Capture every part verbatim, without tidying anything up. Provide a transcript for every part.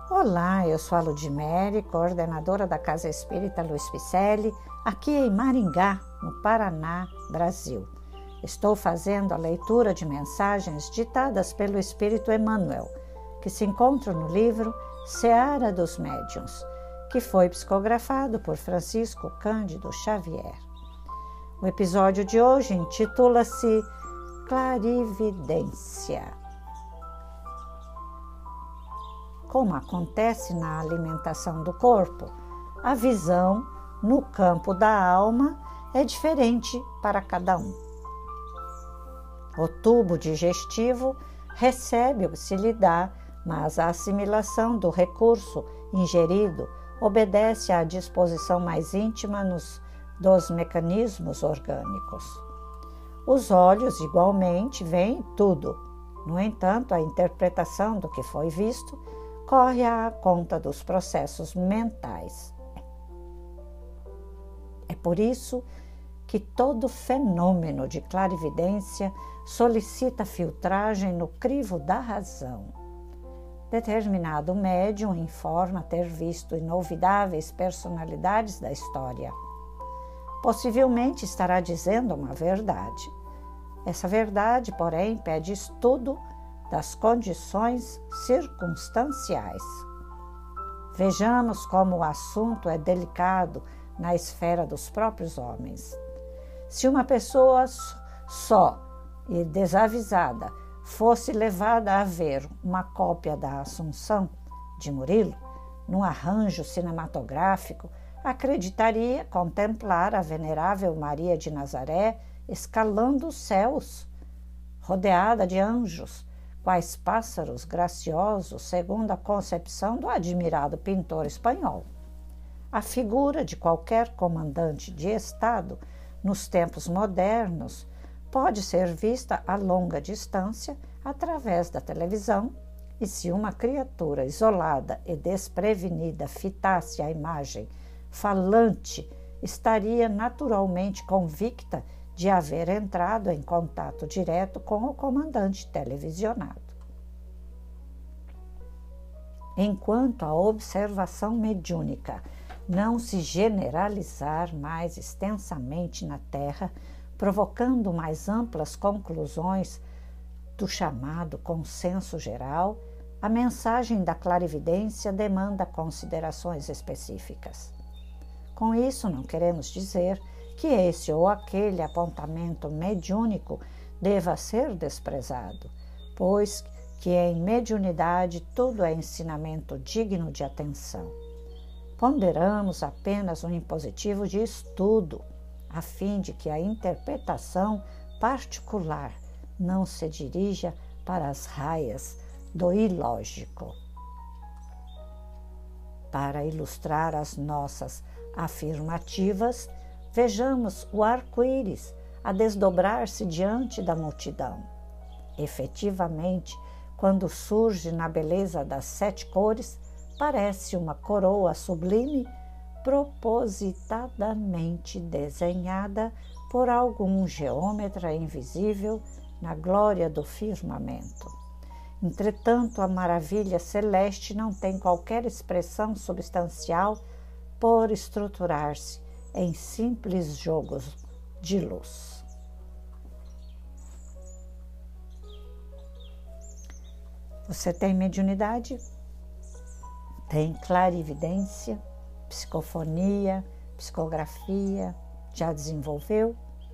Olá, eu sou a Ludmere, coordenadora da Casa Espírita Luiz Picelli, aqui em Maringá, no Paraná, Brasil. Estou fazendo a leitura de mensagens ditadas pelo Espírito Emmanuel, que se encontram no livro Seara dos Médiuns, que foi psicografado por Francisco Cândido Xavier. O episódio de hoje intitula-se Clarividência. Como acontece na alimentação do corpo, a visão no campo da alma é diferente para cada um. O tubo digestivo recebe o que se lhe dá, mas a assimilação do recurso ingerido obedece à disposição mais íntima nos, dos mecanismos orgânicos. Os olhos, igualmente, veem tudo. No entanto, a interpretação do que foi visto corre à conta dos processos mentais. É por isso que todo fenômeno de clarividência solicita filtragem no crivo da razão. Determinado médium informa ter visto inolvidáveis personalidades da história. Possivelmente estará dizendo uma verdade. Essa verdade, porém, pede estudo das condições circunstanciais. Vejamos como o assunto é delicado na esfera dos próprios homens. Se uma pessoa só e desavisada fosse levada a ver uma cópia da Assunção de Murilo, num arranjo cinematográfico, acreditaria contemplar a venerável Maria de Nazaré escalando os céus, rodeada de anjos, quais pássaros graciosos, segundo a concepção do admirado pintor espanhol. A figura de qualquer comandante de Estado, nos tempos modernos, pode ser vista a longa distância através da televisão, e se uma criatura isolada e desprevenida fitasse a imagem falante, estaria naturalmente convicta de haver entrado em contato direto com o comandante televisionado. Enquanto a observação mediúnica não se generalizar mais extensamente na Terra, provocando mais amplas conclusões do chamado consenso geral, a mensagem da clarividência demanda considerações específicas. Com isso, não queremos dizer que esse ou aquele apontamento mediúnico deva ser desprezado, pois que em mediunidade tudo é ensinamento digno de atenção. Ponderamos apenas um impositivo de estudo, a fim de que a interpretação particular não se dirija para as raias do ilógico. Para ilustrar as nossas afirmativas, vejamos o arco-íris a desdobrar-se diante da multidão. Efetivamente, quando surge na beleza das sete cores, parece uma coroa sublime propositadamente desenhada por algum geômetra invisível na glória do firmamento. Entretanto, a maravilha celeste não tem qualquer expressão substancial por estruturar-se em simples jogos de luz. Você tem mediunidade? Tem clarividência, psicofonia, psicografia? Já desenvolveu?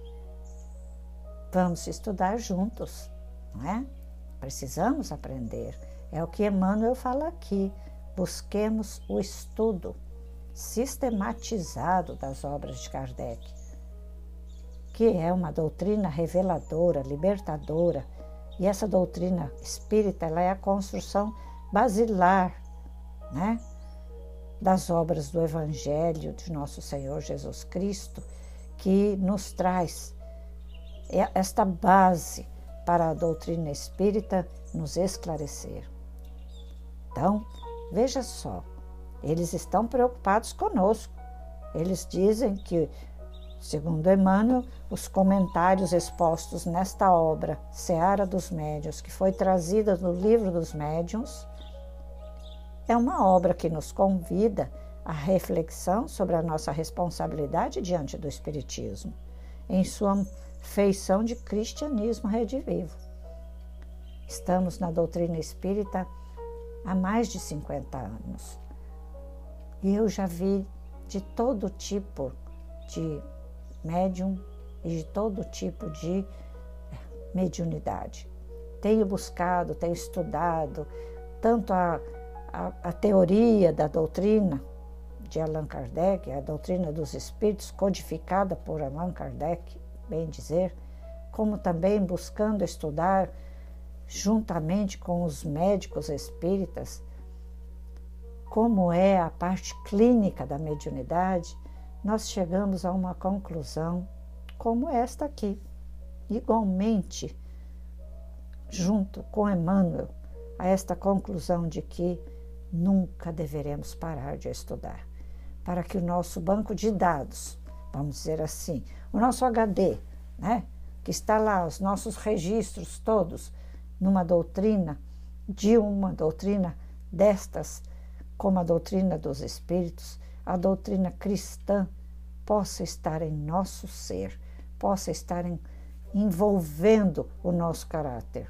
Vamos estudar juntos, não é? Precisamos aprender. É o que Emmanuel fala aqui. Busquemos o estudo sistematizado das obras de Kardec, que é uma doutrina reveladora, libertadora. E essa doutrina espírita, ela é a construção basilar, né, das obras do Evangelho de nosso Senhor Jesus Cristo, que nos traz esta base para a doutrina espírita nos esclarecer. Então, veja só, eles estão preocupados conosco. Eles dizem que, segundo Emmanuel, os comentários expostos nesta obra, Seara dos Médiuns, que foi trazida no Livro dos Médiuns, é uma obra que nos convida à reflexão sobre a nossa responsabilidade diante do Espiritismo, em sua feição de cristianismo redivivo. Estamos na doutrina espírita há mais de cinquenta anos. E eu já vi de todo tipo de médium e de todo tipo de mediunidade. Tenho buscado, tenho estudado tanto a, a, a teoria da doutrina de Allan Kardec, a doutrina dos espíritos codificada por Allan Kardec, bem dizer, como também buscando estudar juntamente com os médicos espíritas como é a parte clínica da mediunidade. Nós chegamos a uma conclusão como esta aqui, igualmente junto com Emmanuel, a esta conclusão de que nunca deveremos parar de estudar, para que o nosso banco de dados, vamos dizer assim, o nosso H D, né, que está lá, os nossos registros todos, numa doutrina, de uma doutrina destas, como a doutrina dos Espíritos, a doutrina cristã, possa estar em nosso ser, possa estar em, envolvendo o nosso caráter.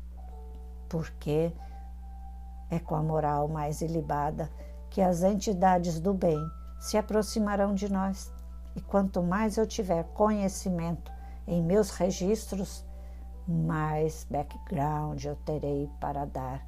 Porque é com a moral mais ilibada que as entidades do bem se aproximarão de nós. E quanto mais eu tiver conhecimento em meus registros, mais background eu terei para dar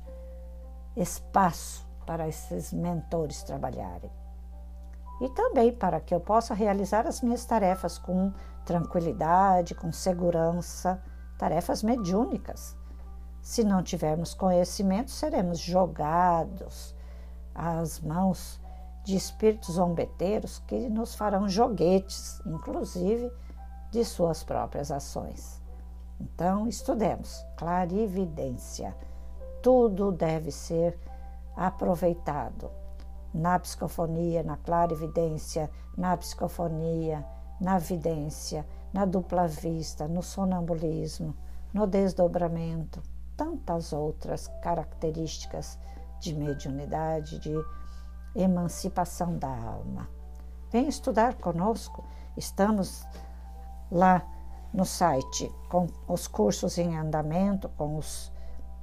espaço para esses mentores trabalharem. E também para que eu possa realizar as minhas tarefas com tranquilidade, com segurança, tarefas mediúnicas. Se não tivermos conhecimento, seremos jogados às mãos de espíritos zombeteiros que nos farão joguetes, inclusive de suas próprias ações. Então, estudemos clarividência. Tudo deve ser aproveitado na psicofonia, na clarividência, na psicofonia, na vidência, na dupla vista, no sonambulismo, no desdobramento, tantas outras características de mediunidade, de emancipação da alma. Vem estudar conosco, estamos lá no site com os cursos em andamento, com os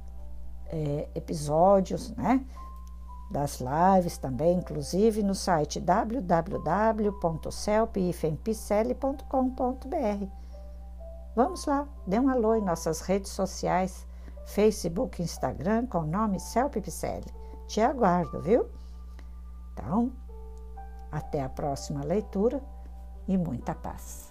é, episódios, né, das lives também, inclusive no site w w w ponto celp ifempicele ponto com ponto b r. Vamos lá, dê um alô em nossas redes sociais, Facebook e Instagram, com o nome Celp Picelli. Te aguardo, viu? Então, até a próxima leitura e muita paz.